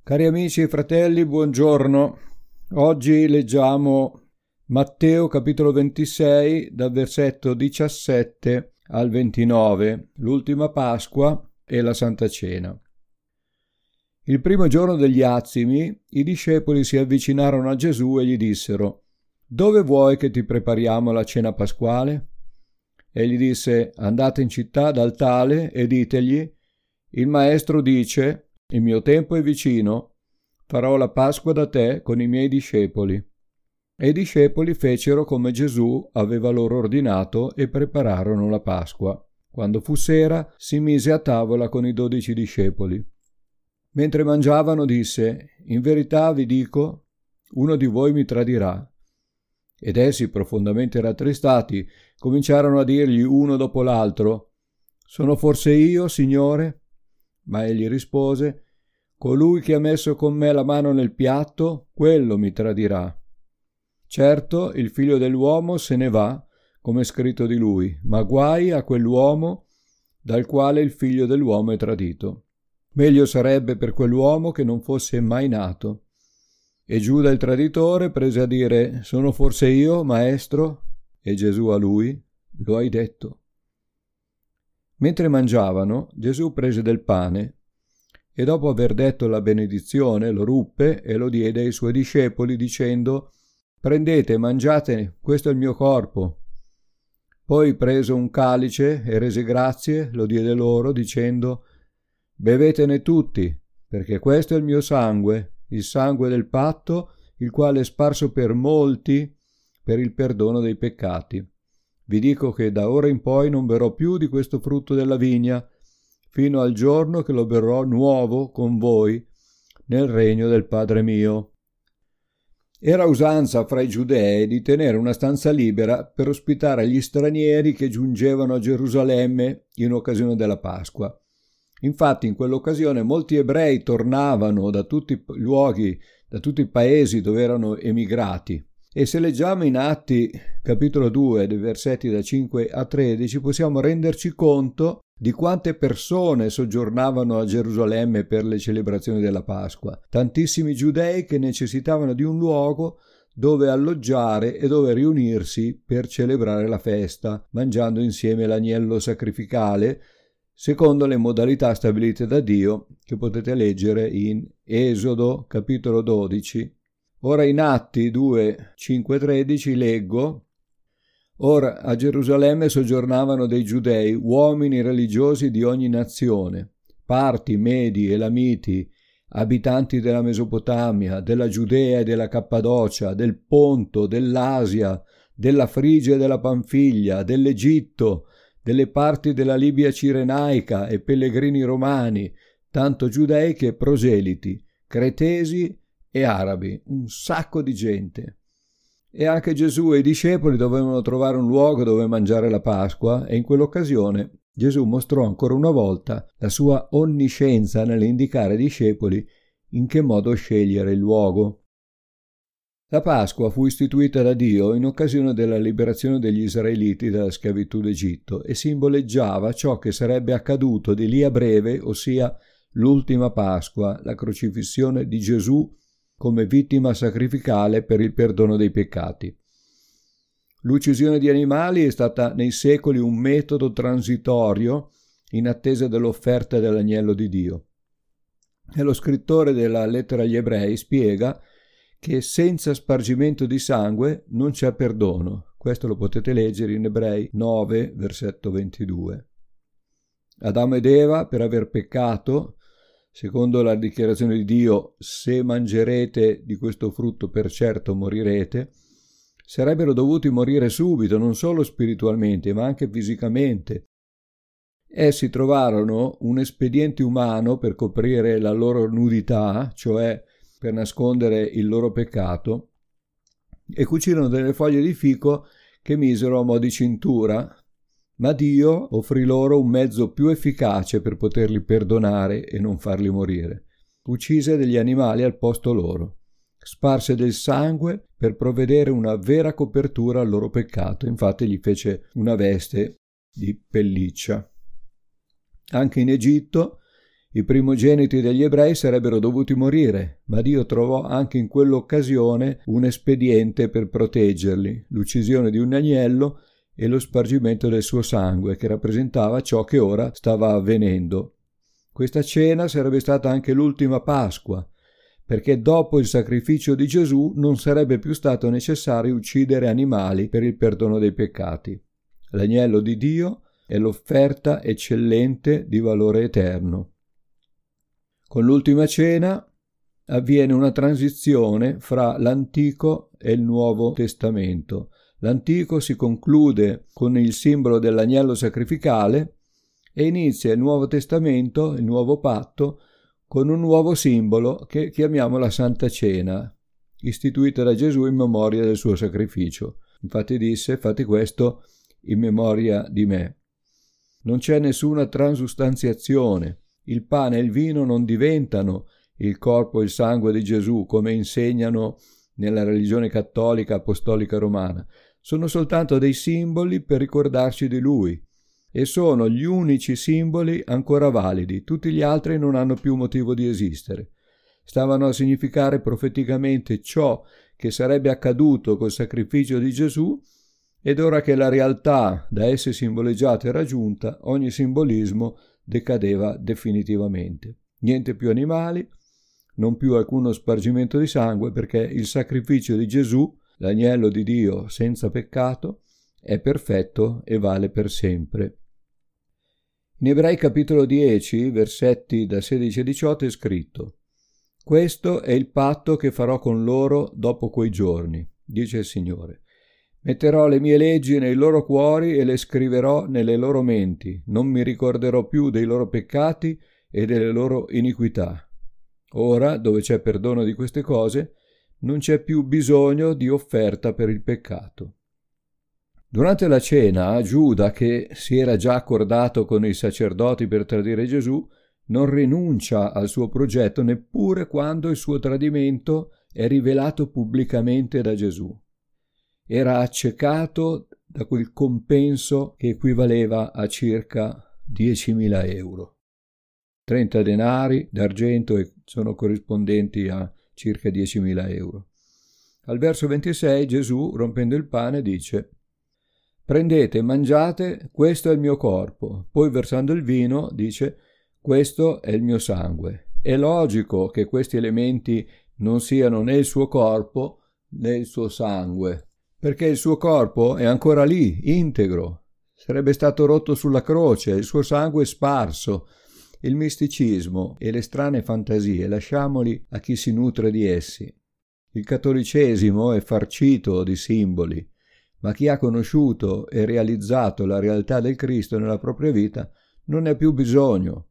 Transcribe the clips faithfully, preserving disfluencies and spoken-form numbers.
Cari amici e fratelli, buongiorno. Oggi leggiamo Matteo capitolo ventisei dal versetto diciassette al ventinove, l'ultima Pasqua e la Santa Cena. Il primo giorno degli Azimi, i discepoli si avvicinarono a Gesù e gli dissero: «Dove vuoi che ti prepariamo la cena pasquale?» Egli disse: «Andate in città dal tale e ditegli: il maestro dice: il mio tempo è vicino, farò la Pasqua da te con i miei discepoli». E i discepoli fecero come Gesù aveva loro ordinato e prepararono la Pasqua. Quando fu sera, si mise a tavola con i dodici discepoli. Mentre mangiavano disse: «In verità vi dico, uno di voi mi tradirà». Ed essi, profondamente rattristati, cominciarono a dirgli uno dopo l'altro: «Sono forse io, Signore?» Ma egli rispose: «Colui che ha messo con me la mano nel piatto, quello mi tradirà. Certo, il figlio dell'uomo se ne va, come è scritto di lui, ma guai a quell'uomo dal quale il figlio dell'uomo è tradito. Meglio sarebbe per quell'uomo che non fosse mai nato». E Giuda il traditore prese a dire: «Sono forse io, maestro?» E Gesù a lui: «Lo hai detto». Mentre mangiavano, Gesù prese del pane e dopo aver detto la benedizione lo ruppe e lo diede ai suoi discepoli dicendo: «Prendete e mangiate, questo è il mio corpo». Poi prese un calice e rese grazie, lo diede loro dicendo: «Bevetene tutti, perché questo è il mio sangue, il sangue del patto, il quale è sparso per molti per il perdono dei peccati. Vi dico che da ora in poi non berrò più di questo frutto della vigna, fino al giorno che lo berrò nuovo con voi nel regno del Padre mio». Era usanza fra i giudei di tenere una stanza libera per ospitare gli stranieri che giungevano a Gerusalemme in occasione della Pasqua. Infatti in quell'occasione molti ebrei tornavano da tutti i luoghi, da tutti i paesi dove erano emigrati. E se leggiamo in Atti capitolo due, dei versetti da cinque a tredici, possiamo renderci conto di quante persone soggiornavano a Gerusalemme per le celebrazioni della Pasqua. Tantissimi giudei che necessitavano di un luogo dove alloggiare e dove riunirsi per celebrare la festa, mangiando insieme l'agnello sacrificale, secondo le modalità stabilite da Dio, che potete leggere in Esodo capitolo dodici. Ora in Atti due, cinque, tredici leggo: «Ora a Gerusalemme soggiornavano dei giudei, uomini religiosi di ogni nazione, Parti, Medi, Elamiti, abitanti della Mesopotamia, della Giudea e della Cappadocia, del Ponto, dell'Asia, della Frigia e della Panfiglia, dell'Egitto, delle parti della Libia cirenaica e pellegrini romani, tanto giudei che proseliti, cretesi e arabi», un sacco di gente. E anche Gesù e i discepoli dovevano trovare un luogo dove mangiare la Pasqua, e in quell'occasione Gesù mostrò ancora una volta la sua onniscienza nell'indicare ai discepoli in che modo scegliere il luogo. La Pasqua fu istituita da Dio in occasione della liberazione degli israeliti dalla schiavitù d'Egitto e simboleggiava ciò che sarebbe accaduto di lì a breve, ossia l'ultima Pasqua, la crocifissione di Gesù come vittima sacrificale per il perdono dei peccati. L'uccisione di animali è stata nei secoli un metodo transitorio in attesa dell'offerta dell'agnello di Dio. E lo scrittore della lettera agli ebrei spiega che senza spargimento di sangue non c'è perdono. Questo lo potete leggere in Ebrei nove, versetto ventidue. Adamo ed Eva, per aver peccato, secondo la dichiarazione di Dio, «se mangerete di questo frutto per certo morirete», sarebbero dovuti morire subito, non solo spiritualmente, ma anche fisicamente. Essi trovarono un espediente umano per coprire la loro nudità, cioè per nascondere il loro peccato, e cucirono delle foglie di fico che misero a mo' di cintura. Ma Dio offrì loro un mezzo più efficace per poterli perdonare e non farli morire. Uccise degli animali al posto loro. Sparse del sangue per provvedere una vera copertura al loro peccato. Infatti gli fece una veste di pelliccia. Anche in Egitto I primogeniti degli ebrei sarebbero dovuti morire, ma Dio trovò anche in quell'occasione un espediente per proteggerli, l'uccisione di un agnello e lo spargimento del suo sangue, che rappresentava ciò che ora stava avvenendo. Questa cena sarebbe stata anche l'ultima Pasqua, perché dopo il sacrificio di Gesù non sarebbe più stato necessario uccidere animali per il perdono dei peccati. L'agnello di Dio è l'offerta eccellente di valore eterno. Con l'ultima cena avviene una transizione fra l'Antico e il Nuovo Testamento. L'Antico si conclude con il simbolo dell'agnello sacrificale e inizia il Nuovo Testamento, il Nuovo Patto, con un nuovo simbolo che chiamiamo la Santa Cena, istituita da Gesù in memoria del suo sacrificio. Infatti disse: fate questo in memoria di me. Non c'è nessuna transustanziazione. Il pane e il vino non diventano il corpo e il sangue di Gesù, come insegnano nella religione cattolica apostolica romana. Sono soltanto dei simboli per ricordarci di Lui, e sono gli unici simboli ancora validi. Tutti gli altri non hanno più motivo di esistere. Stavano a significare profeticamente ciò che sarebbe accaduto col sacrificio di Gesù, ed ora che la realtà da essi simboleggiata era giunta, ogni simbolismo decadeva definitivamente. Niente più animali, non più alcuno spargimento di sangue, perché il sacrificio di Gesù, l'agnello di Dio senza peccato, è perfetto e vale per sempre. In Ebrei capitolo dieci, versetti da sedici a diciotto è scritto: «Questo è il patto che farò con loro dopo quei giorni, dice il Signore. Metterò le mie leggi nei loro cuori e le scriverò nelle loro menti. Non mi ricorderò più dei loro peccati e delle loro iniquità. Ora, dove c'è perdono di queste cose, non c'è più bisogno di offerta per il peccato». Durante la cena, Giuda, che si era già accordato con i sacerdoti per tradire Gesù, non rinuncia al suo progetto neppure quando il suo tradimento è rivelato pubblicamente da Gesù. Era accecato da quel compenso che equivaleva a circa diecimila euro. trenta denari d'argento sono corrispondenti a circa diecimila euro. Al verso ventisei Gesù, rompendo il pane, dice: «Prendete e mangiate, questo è il mio corpo». Poi, versando il vino, dice: «Questo è il mio sangue». È logico che questi elementi non siano né il suo corpo né il suo sangue, perché il suo corpo è ancora lì, integro. Sarebbe stato rotto sulla croce, il suo sangue è sparso. Il misticismo e le strane fantasie lasciamoli a chi si nutre di essi. Il cattolicesimo è farcito di simboli, ma chi ha conosciuto e realizzato la realtà del Cristo nella propria vita non ne ha più bisogno.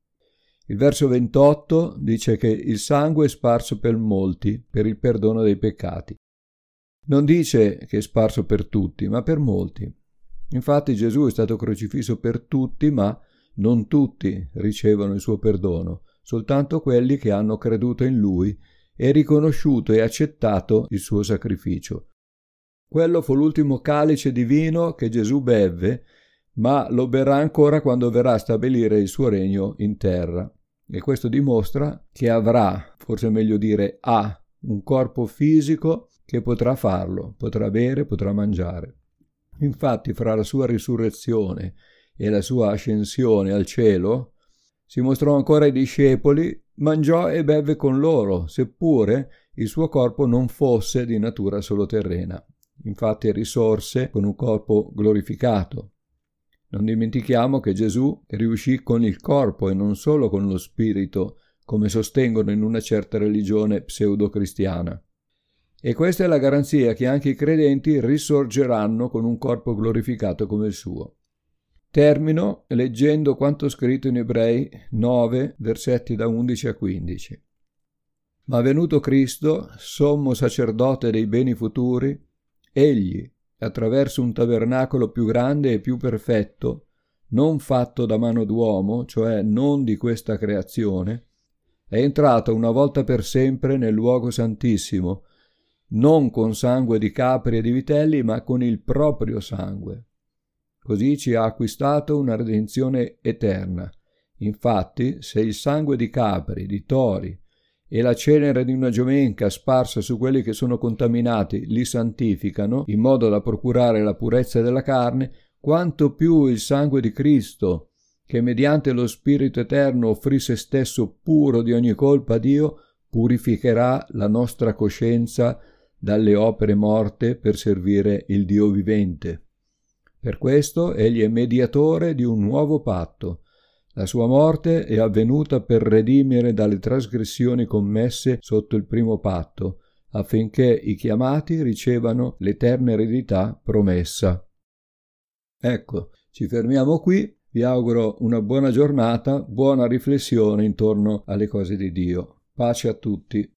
Il verso ventotto dice che il sangue è sparso per molti, per il perdono dei peccati. Non dice che è sparso per tutti, ma per molti. Infatti Gesù è stato crocifisso per tutti, ma non tutti ricevono il suo perdono, soltanto quelli che hanno creduto in Lui e riconosciuto e accettato il suo sacrificio. Quello fu l'ultimo calice di vino che Gesù bevve, ma lo berrà ancora quando verrà a stabilire il suo regno in terra. E questo dimostra che avrà, forse è meglio dire ha, un corpo fisico che potrà farlo, potrà bere, potrà mangiare. Infatti, fra la sua risurrezione e la sua ascensione al cielo, si mostrò ancora ai discepoli, mangiò e bevve con loro, seppure il suo corpo non fosse di natura solo terrena. Infatti risorse con un corpo glorificato. Non dimentichiamo che Gesù riuscì con il corpo e non solo con lo spirito, come sostengono in una certa religione pseudo-cristiana. E questa è la garanzia che anche i credenti risorgeranno con un corpo glorificato come il suo. Termino leggendo quanto scritto in Ebrei nove, versetti da undici a quindici. «Ma venuto Cristo, sommo sacerdote dei beni futuri, egli, attraverso un tabernacolo più grande e più perfetto, non fatto da mano d'uomo, cioè non di questa creazione, è entrato una volta per sempre nel luogo santissimo, non con sangue di capri e di vitelli, ma con il proprio sangue. Così ci ha acquistato una redenzione eterna, Infatti, se il sangue di capri, di tori e la cenere di una giomenca sparsa su quelli che sono contaminati li santificano, in modo da procurare la purezza della carne, quanto più il sangue di Cristo, che mediante lo Spirito Eterno offrì se stesso puro di ogni colpa a Dio, purificherà la nostra coscienza dalle opere morte per servire il Dio vivente. Per questo egli è mediatore di un nuovo patto. La sua morte è avvenuta per redimere dalle trasgressioni commesse sotto il primo patto, affinché i chiamati ricevano l'eterna eredità promessa. Ecco, ci fermiamo qui. Vi auguro una buona giornata, buona riflessione intorno alle cose di Dio. Pace a tutti.